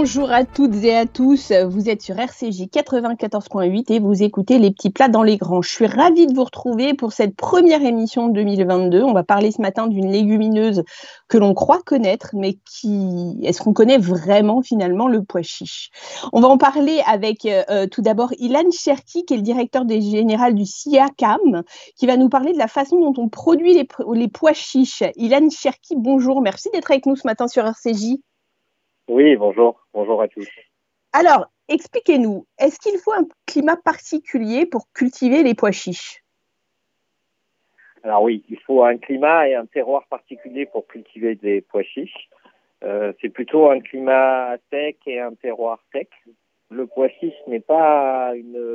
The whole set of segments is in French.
Bonjour à toutes et à tous, vous êtes sur RCJ 94.8 et vous écoutez Les Petits Plats dans les Grands. Je suis ravie de vous retrouver pour cette première émission de 2022. On va parler ce matin d'une légumineuse que l'on croit connaître, mais est-ce qu'on connaît vraiment finalement le pois chiche? On va en parler avec tout d'abord Ilan Cherki, qui est le directeur général du SIACAM, qui va nous parler de la façon dont on produit les pois chiches. Ilan Cherki, bonjour, merci d'être avec nous ce matin sur RCJ. Oui, bonjour à tous. Alors, expliquez-nous, est-ce qu'il faut un climat particulier pour cultiver les pois chiches? Alors oui, il faut un climat et un terroir particulier pour cultiver des pois chiches. C'est plutôt un climat sec et un terroir sec. Le pois chiche n'est pas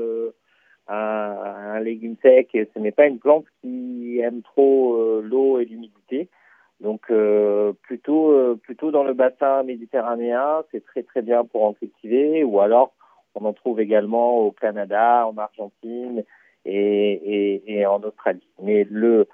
un légume sec, ce n'est pas une plante qui aime trop l'eau et l'humidité. Donc plutôt dans le bassin méditerranéen, c'est très très bien pour en cultiver, ou alors on en trouve également au Canada, en Argentine et en Australie. Mais le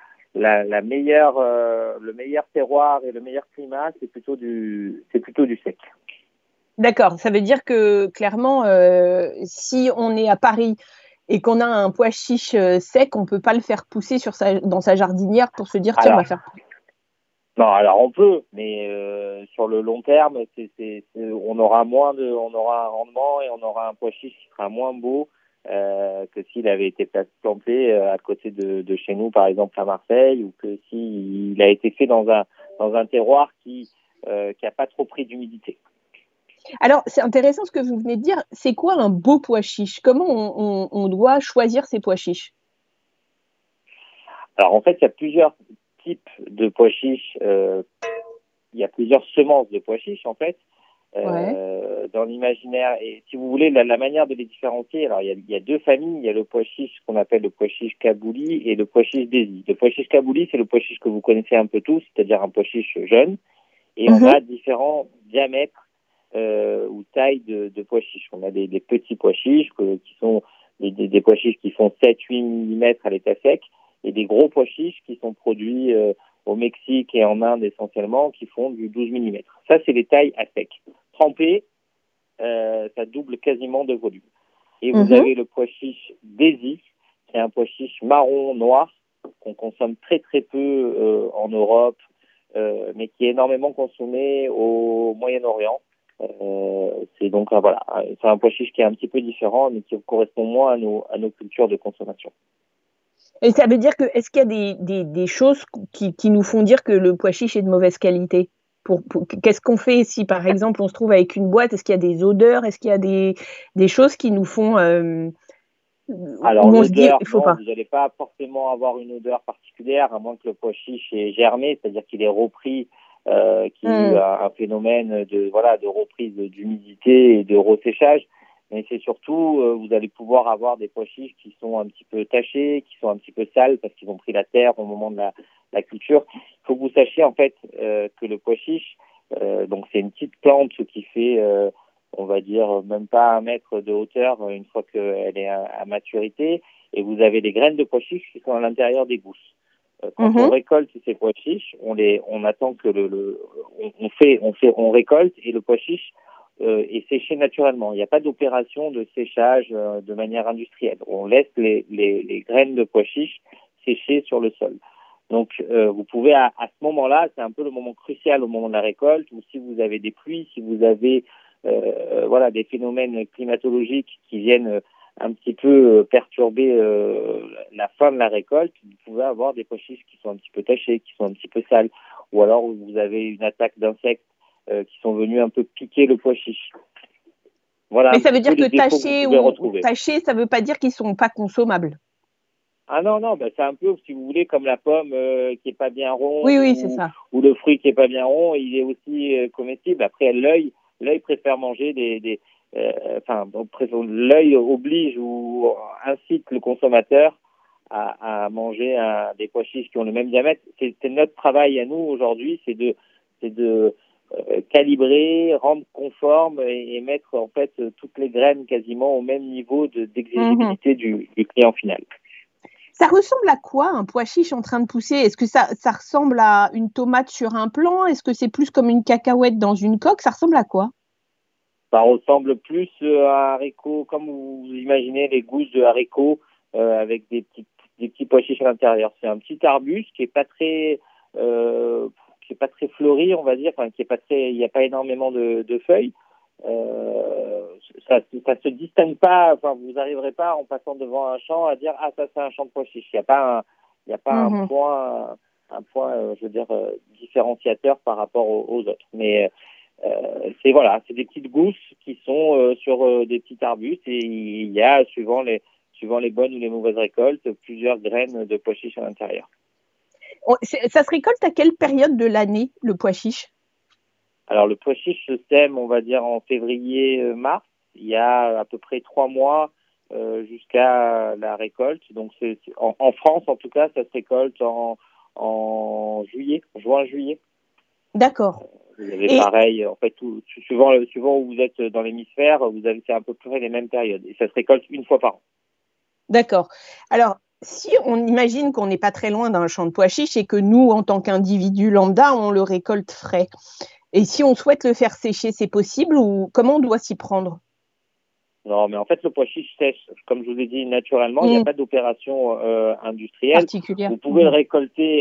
meilleur terroir et le meilleur climat, c'est plutôt du sec. D'accord, ça veut dire que clairement, si on est à Paris et qu'on a un pois chiche sec, on ne peut pas le faire pousser dans sa jardinière pour se dire tiens, on va faire pousser. Non, alors on peut, mais sur le long terme, on aura un rendement et on aura un pois chiche qui sera moins beau que s'il avait été planté à côté de chez nous, par exemple à Marseille, ou que s'il a été fait dans un terroir qui a pas trop pris d'humidité. Alors, c'est intéressant ce que vous venez de dire. C'est quoi un beau pois chiche? Comment on doit choisir ces pois chiches? Alors en fait, il y a plusieurs types de pois chiches. Il y a plusieurs semences de pois chiches en fait. Dans l'imaginaire, et si vous voulez la manière de les différencier, alors il y a deux familles. Il y a le pois chiche qu'on appelle le pois chiche kabouli et le pois chiche daisy. Le pois chiche kabouli, c'est le pois chiche que vous connaissez un peu tous, c'est-à-dire un pois chiche jeune, et on a différents diamètres ou tailles de pois chiches. On a des petits pois chiches qui sont des pois chiches qui font 7-8 mm à l'état sec, et des gros pois chiches qui sont produits au Mexique et en Inde essentiellement, qui font du 12 mm. Ça, c'est les tailles à sec. Trempé, ça double quasiment de volume. Et vous avez le pois chiche daisy, c'est un pois chiche marron noir qu'on consomme très très peu en Europe, mais qui est énormément consommé au Moyen-Orient. C'est donc voilà, c'est un pois chiche qui est un petit peu différent, mais qui correspond moins à nos cultures de consommation. Et ça veut dire que, est-ce qu'il y a des choses qui nous font dire que le pois chiche est de mauvaise qualité? Qu'est-ce qu'on fait si, par exemple, on se trouve avec une boîte? Est-ce qu'il y a des odeurs? Est-ce qu'il y a des choses qui nous font... Alors, on se dit, l'odeur, il faut non, pas. vous n'allez pas forcément avoir une odeur particulière, à moins que le pois chiche ait germé, c'est-à-dire qu'il est repris, qu'il y ait eu un phénomène de reprise d'humidité et de resséchage. Mais c'est surtout, vous allez pouvoir avoir des pois chiches qui sont un petit peu tachés, qui sont un petit peu sales parce qu'ils ont pris la terre au moment de la culture. Il faut que vous sachiez en fait que le pois chiche, donc c'est une petite plante qui fait, on va dire, même pas 1 mètre de hauteur une fois qu'elle est à maturité. Et vous avez des graines de pois chiches qui sont à l'intérieur des gousses. Quand on récolte ces pois chiches, on attend que on récolte et le pois chiche est séché naturellement. Il n'y a pas d'opération de séchage de manière industrielle. On laisse les graines de pois chiches sécher sur le sol. Donc, vous pouvez à ce moment-là, c'est un peu le moment crucial au moment de la récolte, ou si vous avez des pluies, si vous avez des phénomènes climatologiques qui viennent un petit peu perturber la fin de la récolte, vous pouvez avoir des pois chiches qui sont un petit peu tachés, qui sont un petit peu sales, ou alors vous avez une attaque d'insectes qui sont venus un peu piquer le pois chiche. Voilà. Mais ça veut dire que tachés, ça ne veut pas dire qu'ils ne sont pas consommables. Ah non, c'est un peu, si vous voulez, comme la pomme qui est pas bien ronde, Oui, c'est ça. ou le fruit qui est pas bien rond, il est aussi comestible. Après, l'œil préfère manger l'œil oblige ou incite le consommateur à manger des pois chiches qui ont le même diamètre. C'est notre travail à nous aujourd'hui, c'est de calibrer, rendre conforme et mettre en fait toutes les graines quasiment au même niveau d'exigibilité du client final. Ça ressemble à quoi un pois chiche en train de pousser? Est-ce que ça ressemble à une tomate sur un plant? Est-ce que c'est plus comme une cacahuète dans une coque? Ça ressemble à quoi? Ça ressemble plus à un haricot, comme vous imaginez les gousses de haricots avec des petits pois chiches à l'intérieur. C'est un petit arbuste qui est pas très fleuri, on va dire, enfin qui est pas très, il n'y a pas énormément de feuilles. Ça se distingue pas. Enfin, vous n'arriverez pas en passant devant un champ à dire ah ça c'est un champ de pois chiches. Il y a pas un point, je veux dire différenciateur par rapport aux autres. Mais c'est des petites gousses qui sont sur des petits arbustes et il y a suivant les bonnes ou les mauvaises récoltes plusieurs graines de pois chiches à l'intérieur. Ça se récolte à quelle période de l'année, le pois chiche? Alors le pois chiche se sème, on va dire en février-mars. Il y a à peu près 3 mois jusqu'à la récolte. Donc en France en tout cas, ça se récolte en juin-juillet. D'accord. Vous avez pareil, en fait, suivant où vous êtes dans l'hémisphère, c'est à peu près les mêmes périodes. Et ça se récolte une fois par an. D'accord. Alors, si on imagine qu'on n'est pas très loin d'un champ de pois chiches et que nous, en tant qu'individu lambda, on le récolte frais, et si on souhaite le faire sécher, c'est possible ou comment on doit s'y prendre? Non, mais en fait, le pois chiche sèche, comme je vous ai dit, naturellement. Il n'y a pas d'opération industrielle. Particulière. Vous pouvez le récolter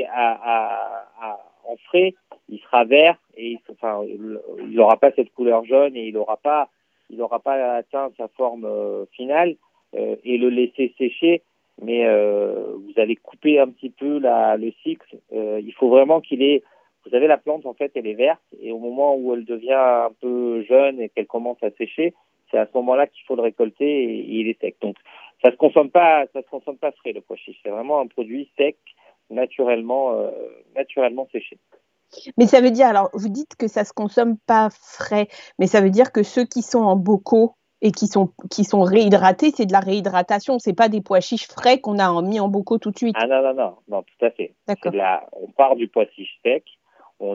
en frais. Il sera vert et il n'aura pas cette couleur jaune et il n'aura pas atteint sa forme finale et le laisser sécher. Mais vous allez couper un petit peu le cycle. Il faut vraiment qu'il ait. Vous savez, la plante, en fait, elle est verte et au moment où elle devient un peu jeune et qu'elle commence à sécher, c'est à ce moment-là qu'il faut le récolter et il est sec. Donc, ça se consomme pas frais, le pois chiche. C'est vraiment un produit sec, naturellement séché. Mais ça veut dire, alors vous dites que ça se consomme pas frais, mais ça veut dire que ceux qui sont en bocaux et qui sont réhydratés, c'est de la réhydratation, c'est pas des pois chiches frais qu'on a mis en bocaux tout de suite. Ah non, tout à fait. D'accord. On part du pois chiche sec, on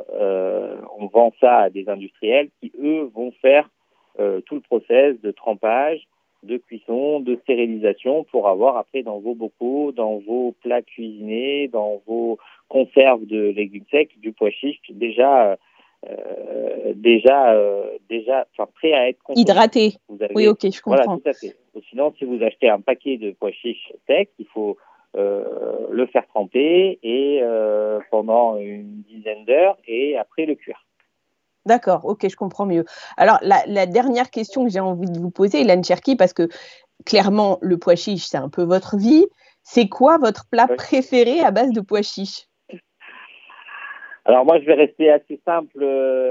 vend ça à des industriels qui, eux, vont faire tout le process de trempage, de cuisson, de stérilisation pour avoir après dans vos bocaux, dans vos plats cuisinés, dans vos conserves de légumes secs, du pois chiche déjà prêt à être consommé. Hydraté. Oui, ok, je comprends. Voilà, tout à fait. Sinon, si vous achetez un paquet de pois chiches secs, il faut le faire tremper et pendant une dizaine d'heures et après le cuire. D'accord, ok, je comprends mieux. Alors, la dernière question que j'ai envie de vous poser, Hélène Cherki, parce que clairement, le pois chiche, c'est un peu votre vie. C'est quoi votre plat préféré à base de pois chiche? Alors moi, je vais rester assez simple.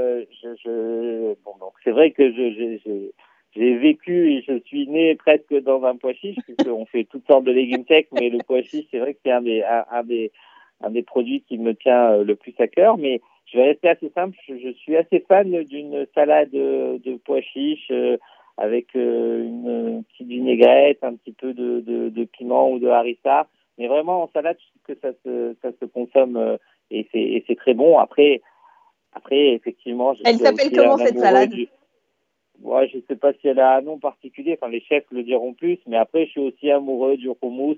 Donc c'est vrai que j'ai vécu et je suis né presque dans un pois chiche, puisqu'on fait toutes sortes de légumes secs, mais le pois chiche, c'est vrai que c'est un des produits qui me tient le plus à cœur. Mais je vais rester assez simple. Je suis assez fan d'une salade de pois chiches avec une petite vinaigrette, un petit peu de piment ou de harissa. Mais vraiment en salade, je trouve que ça se consomme et c'est très bon. Après effectivement, elle s'appelle comment cette salade? Ouais, je sais pas si elle a un nom particulier. Enfin, les chefs le diront plus. Mais après, je suis aussi amoureux du houmous.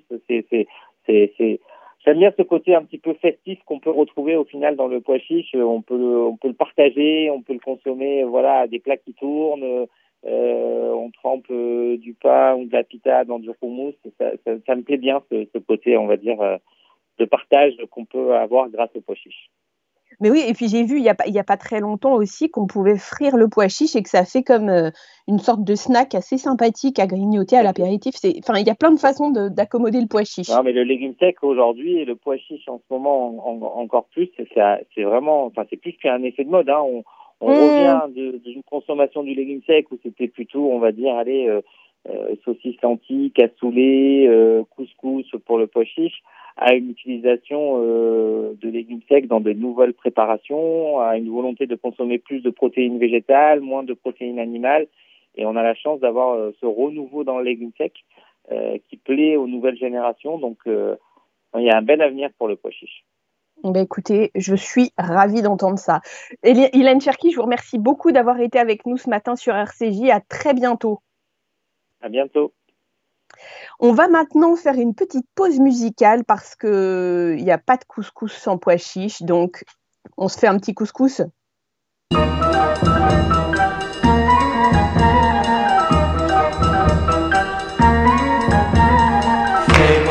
J'aime bien ce côté un petit peu festif qu'on peut retrouver au final dans le pois chiche. On peut le partager, on peut le consommer. Voilà, des plats qui tournent. On trempe du pain ou de la pita dans du houmous. Ça me plaît bien ce côté, on va dire, de partage qu'on peut avoir grâce au pois chiche. Mais oui, et puis j'ai vu il y a pas très longtemps aussi qu'on pouvait frire le pois chiche et que ça fait comme une sorte de snack assez sympathique à grignoter à l'apéritif. Enfin, il y a plein de façons d'accommoder le pois chiche. Non, mais le légume sec aujourd'hui et le pois chiche en ce moment encore plus, c'est vraiment, enfin c'est plus qu'un effet de mode. Hein. On revient d'une consommation du légume sec où c'était plutôt, on va dire, saucisses lentilles, cassoulet, couscous pour le pois chiche, à une utilisation de légumes secs dans de nouvelles préparations, à une volonté de consommer plus de protéines végétales, moins de protéines animales. Et on a la chance d'avoir ce renouveau dans le légume sec qui plaît aux nouvelles générations. Donc, il y a un bel avenir pour le pois chiche. Ben écoutez, je suis ravie d'entendre ça. Hélène Cherki, je vous remercie beaucoup d'avoir été avec nous ce matin sur RCJ. À très bientôt. À bientôt. On va maintenant faire une petite pause musicale parce qu'il n'y a pas de couscous sans pois chiche. Donc, on se fait un petit couscous.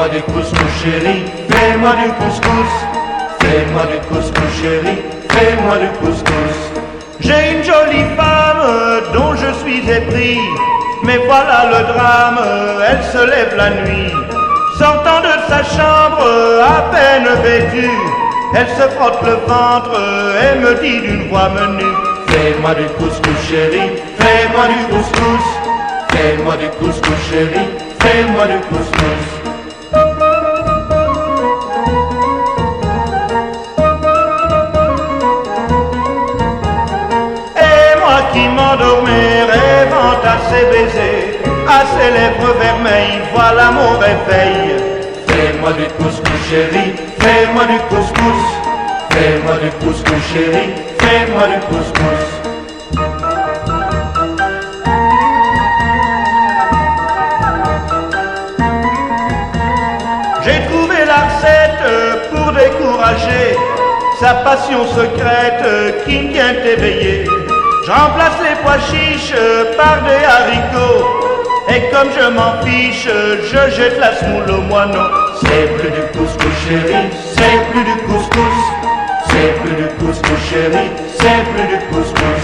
du couscous chéri, fais-moi du couscous. Fais-moi du couscous chéri, fais-moi du couscous. J'ai une jolie femme dont je suis épris, mais voilà le drame, elle se lève la nuit. Sortant de sa chambre à peine vêtue, elle se frotte le ventre et me dit d'une voix menue: fais-moi du couscous chéri, fais-moi du couscous. Fais-moi du couscous chéri, fais-moi du couscous. Qui m'endormait, rêvant à ses baisers, à ses lèvres vermeilles, voilà mon réveil. Fais-moi du couscous chéri, fais-moi du couscous. Fais-moi du couscous chéri, fais-moi du couscous. J'ai trouvé la recette pour décourager sa passion secrète qui me tient éveillé. Je remplace les pois chiches par des haricots, et comme je m'en fiche, je jette la semoule au moineau. C'est plus du couscous chéri, c'est plus du couscous. C'est plus du couscous chéri, c'est plus du couscous.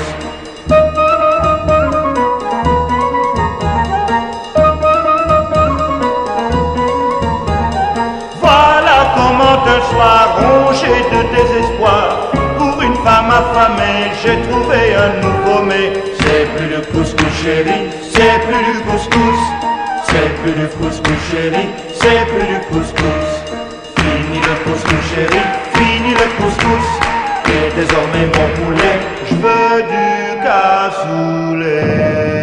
Voilà comment un soir rongé de désespoir, pour une femme affamée, j'ai trouvé un nouveau mets. C'est plus de couscous chéri, c'est plus du couscous. C'est plus du couscous chéri, c'est plus du couscous. Fini le couscous chéri, fini le couscous. Et désormais mon poulet, je veux du cassoulet.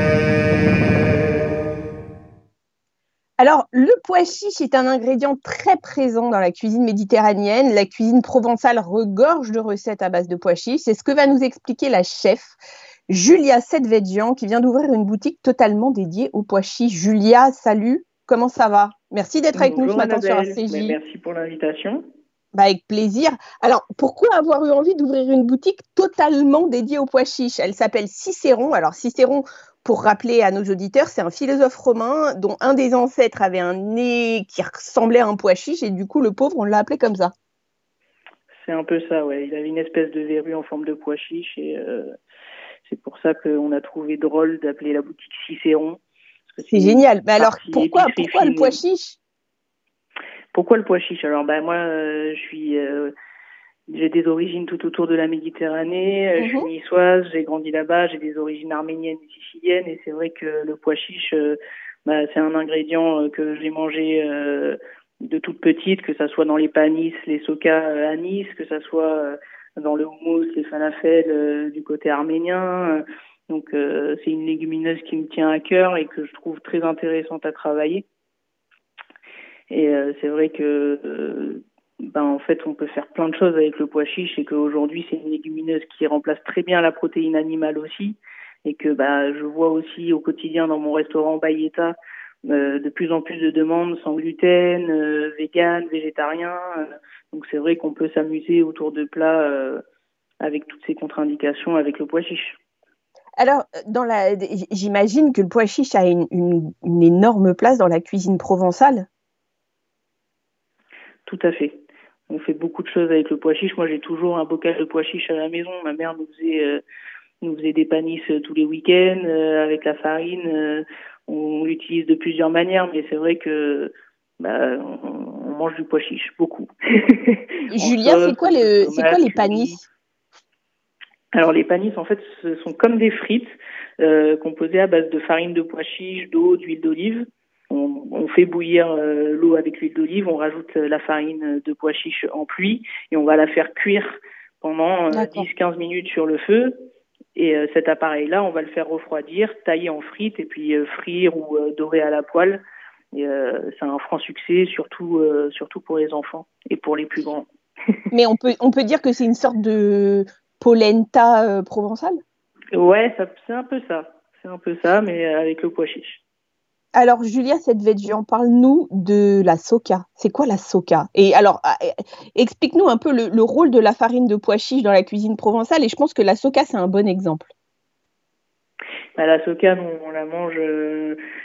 Alors, le pois chiche est un ingrédient très présent dans la cuisine méditerranéenne. La cuisine provençale regorge de recettes à base de pois chiche. C'est ce que va nous expliquer la chef Julia Sedvedjian, qui vient d'ouvrir une boutique totalement dédiée aux pois chiches. Julia, salut, comment ça va? Merci d'être avec nous ce matin sur RCJ. Merci pour l'invitation. Avec plaisir. Alors, pourquoi avoir eu envie d'ouvrir une boutique totalement dédiée aux pois chiches? Elle s'appelle Cicéron. Alors, Cicéron, pour rappeler à nos auditeurs, c'est un philosophe romain dont un des ancêtres avait un nez qui ressemblait à un pois chiche et du coup, le pauvre, on l'a appelé comme ça. C'est un peu ça, ouais. Il avait une espèce de verrue en forme de pois chiche et c'est pour ça qu'on a trouvé drôle d'appeler la boutique Cicéron. C'est génial. Mais alors, pourquoi le pois chiche? Pourquoi le pois chiche? Alors, moi, j'ai des origines tout autour de la Méditerranée. Je suis niçoise, j'ai grandi là-bas, j'ai des origines arméniennes et siciliennes. Et c'est vrai que le pois chiche, c'est un ingrédient que j'ai mangé de toute petite, que ça soit dans les panis, les sokas à Nice, que ça soit dans le houmous, les falafels du côté arménien. Donc, c'est une légumineuse qui me tient à cœur et que je trouve très intéressante à travailler. Et c'est vrai que en fait, on peut faire plein de choses avec le pois chiche et qu'aujourd'hui, c'est une légumineuse qui remplace très bien la protéine animale aussi. Et que je vois aussi au quotidien dans mon restaurant Bayeta de plus en plus de demandes sans gluten, vegan, végétarien. Donc c'est vrai qu'on peut s'amuser autour de plats avec toutes ces contre-indications avec le pois chiche. Alors, j'imagine que le pois chiche a une énorme place dans la cuisine provençale. Tout à fait. On fait beaucoup de choses avec le pois chiche. Moi, j'ai toujours un bocal de pois chiche à la maison. Ma mère nous faisait des panis tous les week-ends avec la farine. On l'utilise de plusieurs manières, mais c'est vrai que on mange du pois chiche beaucoup. Julia, c'est quoi les panis? Alors les panis, en fait, ce sont comme des frites composées à base de farine de pois chiche, d'eau, d'huile d'olive. On fait bouillir l'eau avec l'huile d'olive, on rajoute la farine de pois chiche en pluie et on va la faire cuire pendant 10-15 minutes sur le feu. Et cet appareil-là, on va le faire refroidir, tailler en frites et puis frire ou dorer à la poêle. Et c'est un franc succès, surtout pour les enfants et pour les plus grands. Mais on peut dire que c'est une sorte de polenta provençale? Ouais, c'est un peu ça. C'est un peu ça, mais avec le pois chiche. Alors, Julia Sedvedjian, parle-nous de la soka. C'est quoi la soka? Et alors, explique-nous un peu le rôle de la farine de pois chiche dans la cuisine provençale. Et je pense que la soka, c'est un bon exemple. La soka, on la mange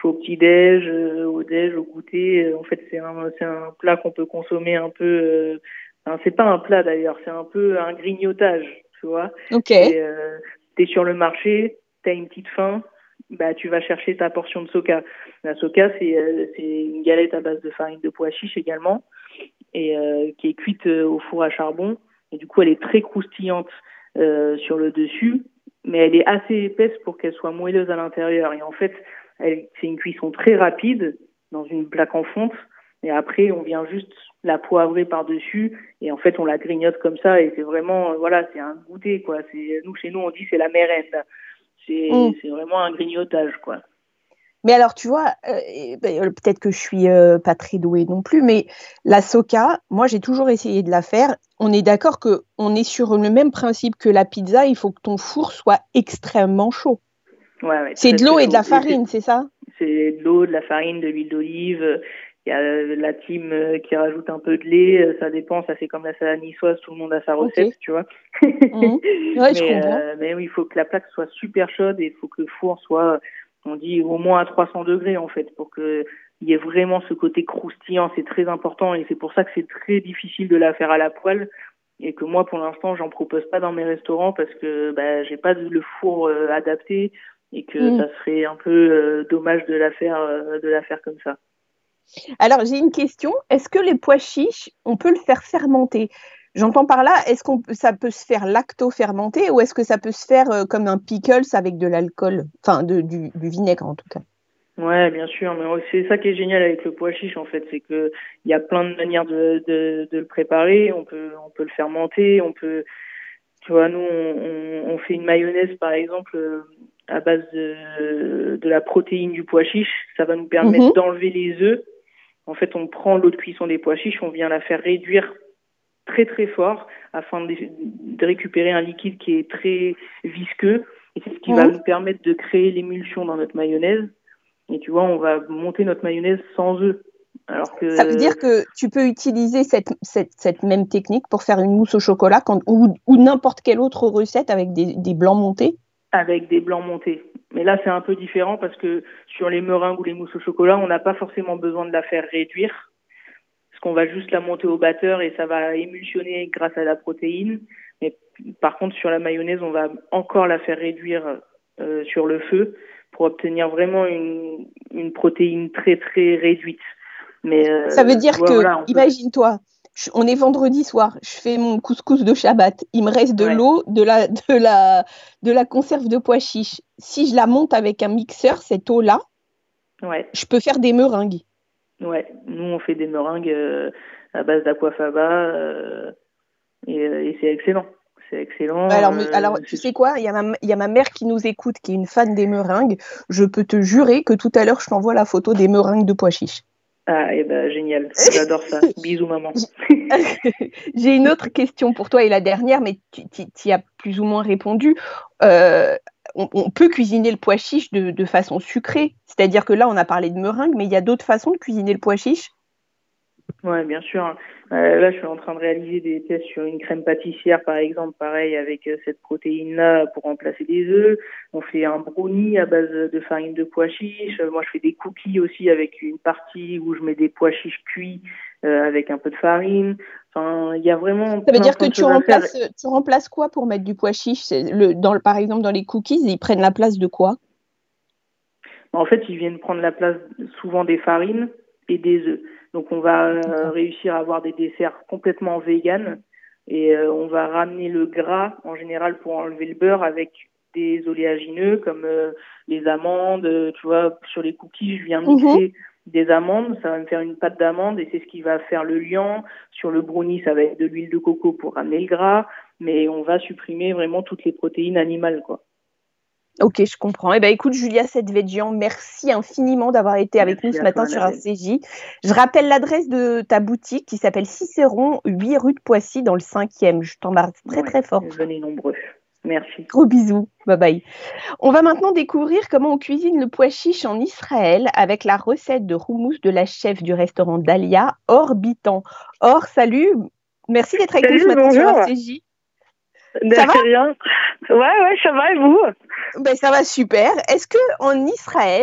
au petit-déj, au déj, au goûter. En fait, c'est un plat qu'on peut consommer un peu. C'est pas un plat d'ailleurs, c'est un peu un grignotage, tu vois. Ok. T'es sur le marché, t'as une petite faim, bah tu vas chercher ta portion de soca. La soca, c'est une galette à base de farine de pois chiche également, et qui est cuite au four à charbon. Et du coup, elle est très croustillante sur le dessus, mais elle est assez épaisse pour qu'elle soit moelleuse à l'intérieur. Et en fait, c'est une cuisson très rapide dans une plaque en fonte. Et après, on vient juste la poivrer par-dessus. Et en fait, on la grignote comme ça. Et c'est vraiment, voilà, c'est un goûter, quoi. Chez nous, on dit c'est la mérende. C'est vraiment un grignotage, quoi. Mais alors, tu vois, peut-être que je suis pas très douée non plus, mais la soca, moi, j'ai toujours essayé de la faire. On est d'accord qu'on est sur le même principe que la pizza. Il faut que ton four soit extrêmement chaud. Ouais, c'est de l'eau et de la farine, c'est ça? C'est de l'eau, de la farine, de l'huile d'olive. Il y a la team qui rajoute un peu de lait. Ça dépend, ça fait comme la salade niçoise, tout le monde a sa recette, tu vois. Ouais, je comprends. Mais oui, il faut que la plaque soit super chaude et il faut que le four soit, on dit, au moins à 300 degrés, en fait, pour qu'il y ait vraiment ce côté croustillant. C'est très important et c'est pour ça que c'est très difficile de la faire à la poêle. Et que moi, pour l'instant, j'en propose pas dans mes restaurants parce que j'ai pas le four adapté et que ça serait un peu dommage de la faire comme ça. Alors, j'ai une question. Est-ce que les pois chiches, on peut le faire fermenter? J'entends par là, est-ce que ça peut se faire lacto-fermenté ou est-ce que ça peut se faire comme un pickles avec de l'alcool? Enfin, du vinaigre en tout cas. Ouais, bien sûr, mais c'est ça qui est génial avec le pois chiche en fait, c'est que il y a plein de manières de le préparer. On peut le fermenter, tu vois, nous on fait une mayonnaise par exemple à base de la protéine du pois chiche. Ça va nous permettre d'enlever les œufs. En fait, on prend l'eau de cuisson des pois chiches, on vient la faire réduire très très fort afin de récupérer un liquide qui est très visqueux et c'est ce qui va nous permettre de créer l'émulsion dans notre mayonnaise. Et tu vois, on va monter notre mayonnaise sans œufs. Alors que ça veut dire que tu peux utiliser cette même technique pour faire une mousse au chocolat ou n'importe quelle autre recette avec des blancs montés? Avec des blancs montés. Mais là, c'est un peu différent parce que sur les meringues ou les mousses au chocolat, on n'a pas forcément besoin de la faire réduire. Parce qu'on va juste la monter au batteur et ça va émulsionner grâce à la protéine. Mais par contre, sur la mayonnaise, on va encore la faire réduire sur le feu pour obtenir vraiment une protéine très, très réduite. Mais ça veut dire imagine-toi, on est vendredi soir, je fais mon couscous de Shabbat, il me reste de l'eau, de la conserve de pois chiches. Si je la monte avec un mixeur, cette eau-là, je peux faire des meringues. Ouais, nous on fait des meringues à base d'aquafaba et c'est excellent. C'est excellent. Alors tu sais quoi, il y a ma mère qui nous écoute, qui est une fan des meringues. Je peux te jurer que tout à l'heure, je t'envoie la photo des meringues de pois chiches. Ah, et génial, j'adore ça. Bisous maman. J'ai une autre question pour toi et la dernière, mais tu y as plus ou moins répondu. On peut cuisiner le pois chiche de façon sucrée, c'est-à-dire que là, on a parlé de meringue, mais il y a d'autres façons de cuisiner le pois chiche? Ouais, bien sûr. Là, je suis en train de réaliser des tests sur une crème pâtissière, par exemple, pareil, avec cette protéine-là pour remplacer des œufs. On fait un brownie à base de farine de pois chiches. Moi, je fais des cookies aussi avec une partie où je mets des pois chiches cuits avec un peu de farine. Enfin, il y a vraiment. Ça veut dire que tu remplaces quoi pour mettre du pois chiche? Par exemple, dans les cookies, ils prennent la place de quoi? En fait, ils viennent prendre la place souvent des farines et des œufs. Donc, on va réussir à avoir des desserts complètement véganes et on va ramener le gras en général pour enlever le beurre avec des oléagineux comme les amandes. Tu vois, sur les cookies, je viens mixer des amandes. Ça va me faire une pâte d'amande et c'est ce qui va faire le liant. Sur le brownie, ça va être de l'huile de coco pour ramener le gras. Mais on va supprimer vraiment toutes les protéines animales, quoi. Ok, je comprends. Eh ben, écoute, Julia Sedvedjian, merci infiniment d'avoir été avec nous ce matin sur RCJ. Je rappelle l'adresse de ta boutique qui s'appelle Cicéron, 8 rue de Poissy, dans le 5e. Je t'embrasse très, très fort. Venez nombreux. Merci. Gros bisous. Bye bye. On va maintenant découvrir comment on cuisine le pois chiche en Israël avec la recette de houmous de la chef du restaurant Dalia, Or Bitan. Or, salut. Merci d'être avec nous ce matin sur RCJ. Ça va rien. Ouais, ça va et vous? Ben, ça va super. Est-ce que en Israël,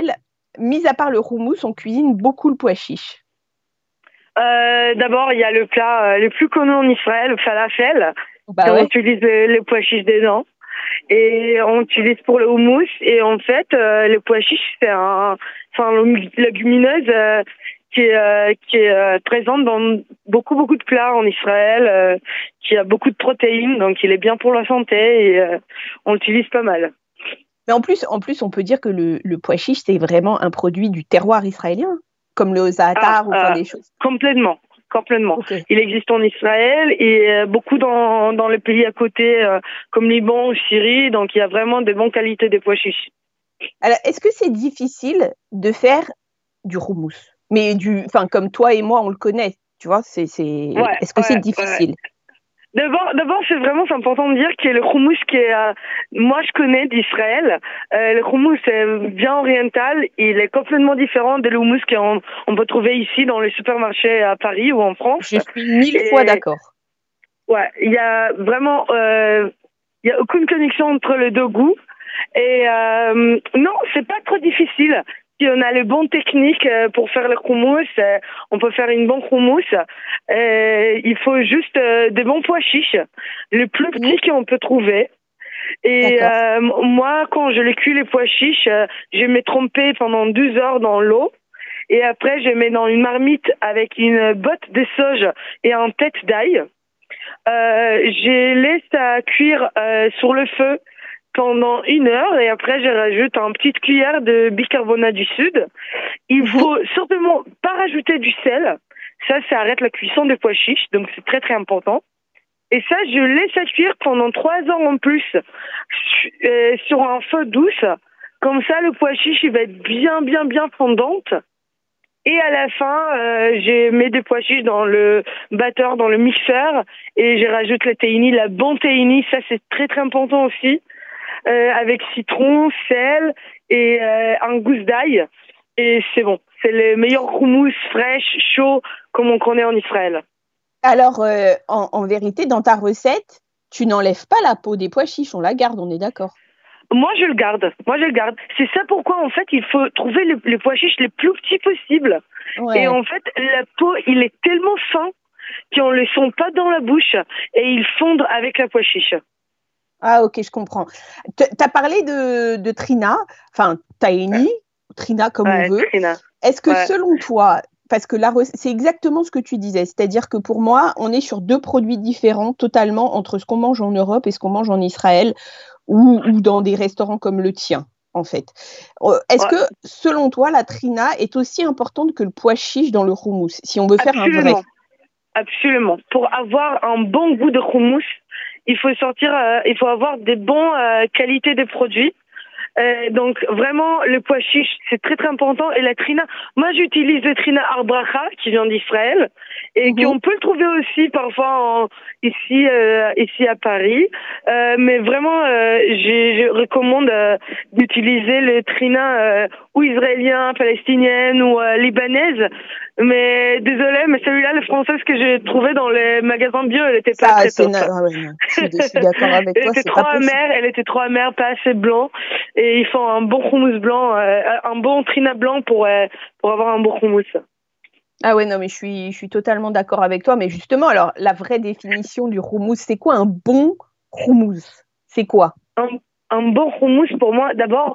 mis à part le houmous, on cuisine beaucoup le pois chiche. D'abord, il y a le plat le plus connu en Israël, le falafel. Bah ouais. On utilise le pois chiche dedans. Et on utilise pour le houmous. Et en fait, le pois chiche, c'est une légumineuse qui est présente dans beaucoup de plats en Israël, qui a beaucoup de protéines, donc il est bien pour la santé et on l'utilise pas mal. Mais en plus, on peut dire que le pois chiche, c'est vraiment un produit du terroir israélien, comme le za'atar ou des choses. Complètement. Okay. Il existe en Israël et beaucoup dans les pays à côté, comme Liban ou Syrie, donc il y a vraiment de bonnes qualités de pois chiches. Alors, est-ce que c'est difficile de faire du houmous? Mais comme toi et moi, on le connaît, tu vois, est-ce que c'est difficile? D'abord, c'est important de dire que le houmous moi je connais d'Israël, le houmous est bien oriental, il est complètement différent de l'houmous qu'on peut trouver ici dans les supermarchés à Paris ou en France. Je suis 1000 fois d'accord. Ouais, il y a vraiment, il y a aucune connexion entre les deux goûts et non, c'est pas trop difficile. Si on a les bonnes techniques pour faire le houmous, on peut faire une bonne houmous. Il faut juste des bons pois chiches, les plus petits qu'on peut trouver. Et moi, quand je les cuis les pois chiches, je mets tremper pendant 12 heures dans l'eau. Et après, je mets dans une marmite avec une botte de sauge et un tête d'ail. Je laisse à cuire sur le feu pendant 1 heure et après je rajoute une petite cuillère de bicarbonate du soude. Il faut certainement pas rajouter du sel. Ça arrête la cuisson des pois chiches, donc c'est très très important. Et ça, je laisse à cuire pendant 3 heures en plus sur un feu douce. Comme ça, le pois chiche il va être bien fondante. Et à la fin, je mets des pois chiches dans le batteur, dans le mixeur, et je rajoute la tahini, la bonne tahini. Ça, c'est très très important aussi. Avec citron, sel et un gousse d'ail. Et c'est bon. C'est le meilleur houmous fraîche, chaud, comme on connaît en Israël. Alors, en vérité, dans ta recette, tu n'enlèves pas la peau des pois chiches, on la garde, on est d'accord? Moi, je le garde. C'est ça pourquoi, en fait, il faut trouver les pois chiches les plus petits possibles. Ouais. Et en fait, la peau, il est tellement fin qu'on ne le sent pas dans la bouche et il fond avec la pois chiche. Ah, ok, je comprends. Tu as parlé de trina, enfin, tahini, trina comme on veut. Trina. Est-ce que selon toi, parce que c'est exactement ce que tu disais, c'est-à-dire que pour moi, on est sur 2 produits différents totalement entre ce qu'on mange en Europe et ce qu'on mange en Israël ou dans des restaurants comme le tien, en fait. Est-ce que, selon toi, la trina est aussi importante que le pois chiche dans le houmous, si on veut faire un vrai? Absolument. Pour avoir un bon goût de houmous, il faut avoir des bonnes qualités de produits. Donc vraiment le pois chiche c'est très très important et la trina, moi j'utilise le trina arbracha qui vient d'Israël et qu'on peut le trouver aussi parfois ici à Paris, mais vraiment je recommande d'utiliser le trina ou israélien, palestinienne ou libanaise. Mais désolé, mais celui-là, le français que j'ai trouvé dans les magasins bio, elle était pas très top. Je suis d'accord avec toi. Elle était trop amère, pas assez blanc. Et il faut un bon houmous blanc, un bon trina blanc pour avoir un bon houmous. Ah ouais, non, mais je suis totalement d'accord avec toi. Mais justement, alors, la vraie définition du houmous, c'est quoi un bon houmous? C'est quoi? Un bon houmous pour moi,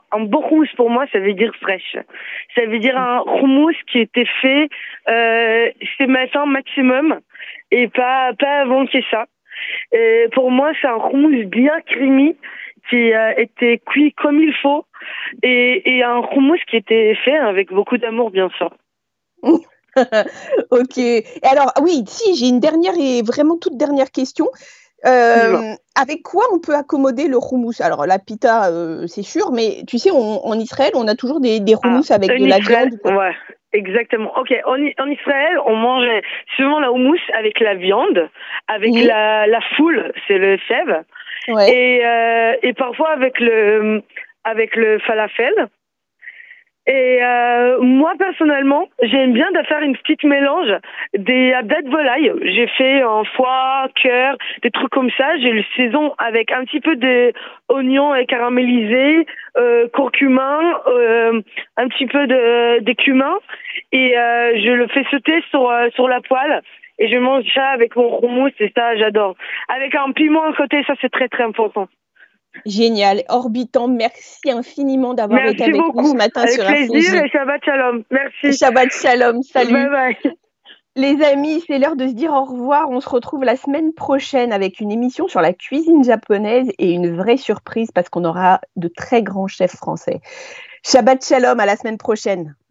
ça veut dire fraîche. Ça veut dire un houmous qui était fait ce matin maximum et pas avant que ça. Et pour moi, c'est un houmous bien creamy qui a été cuit comme il faut et un houmous qui était fait avec beaucoup d'amour, bien sûr. Ok. Et alors, oui, si, j'ai une dernière et vraiment toute dernière question. Avec quoi on peut accommoder le houmous? Alors la pita, c'est sûr, mais tu sais, en Israël, on a toujours des houmous avec de la viande. Ouais, exactement. Ok, en Israël, on mangeait souvent la houmous avec la viande, avec la foule, c'est le sève, et parfois avec le falafel. Et moi, personnellement, j'aime bien de faire une petite mélange des abdas de volaille. J'ai fait en foie, cœur, des trucs comme ça. J'ai le saison avec un petit peu d'oignons caramélisés, curcuma, un petit peu de cumin. Et je le fais sauter sur la poêle. Et je mange ça avec mon houmous et ça, j'adore. Avec un piment à côté, ça, c'est très, très important. Génial. Orbitant, merci infiniment d'avoir été avec beaucoup. nous ce matin avec sur RCJ. plaisir et Shabbat Shalom. Merci. Shabbat Shalom. Salut. Bye bye. Les amis, c'est l'heure de se dire au revoir. On se retrouve la semaine prochaine avec une émission sur la cuisine japonaise et une vraie surprise parce qu'on aura de très grands chefs français. Shabbat Shalom, à la semaine prochaine.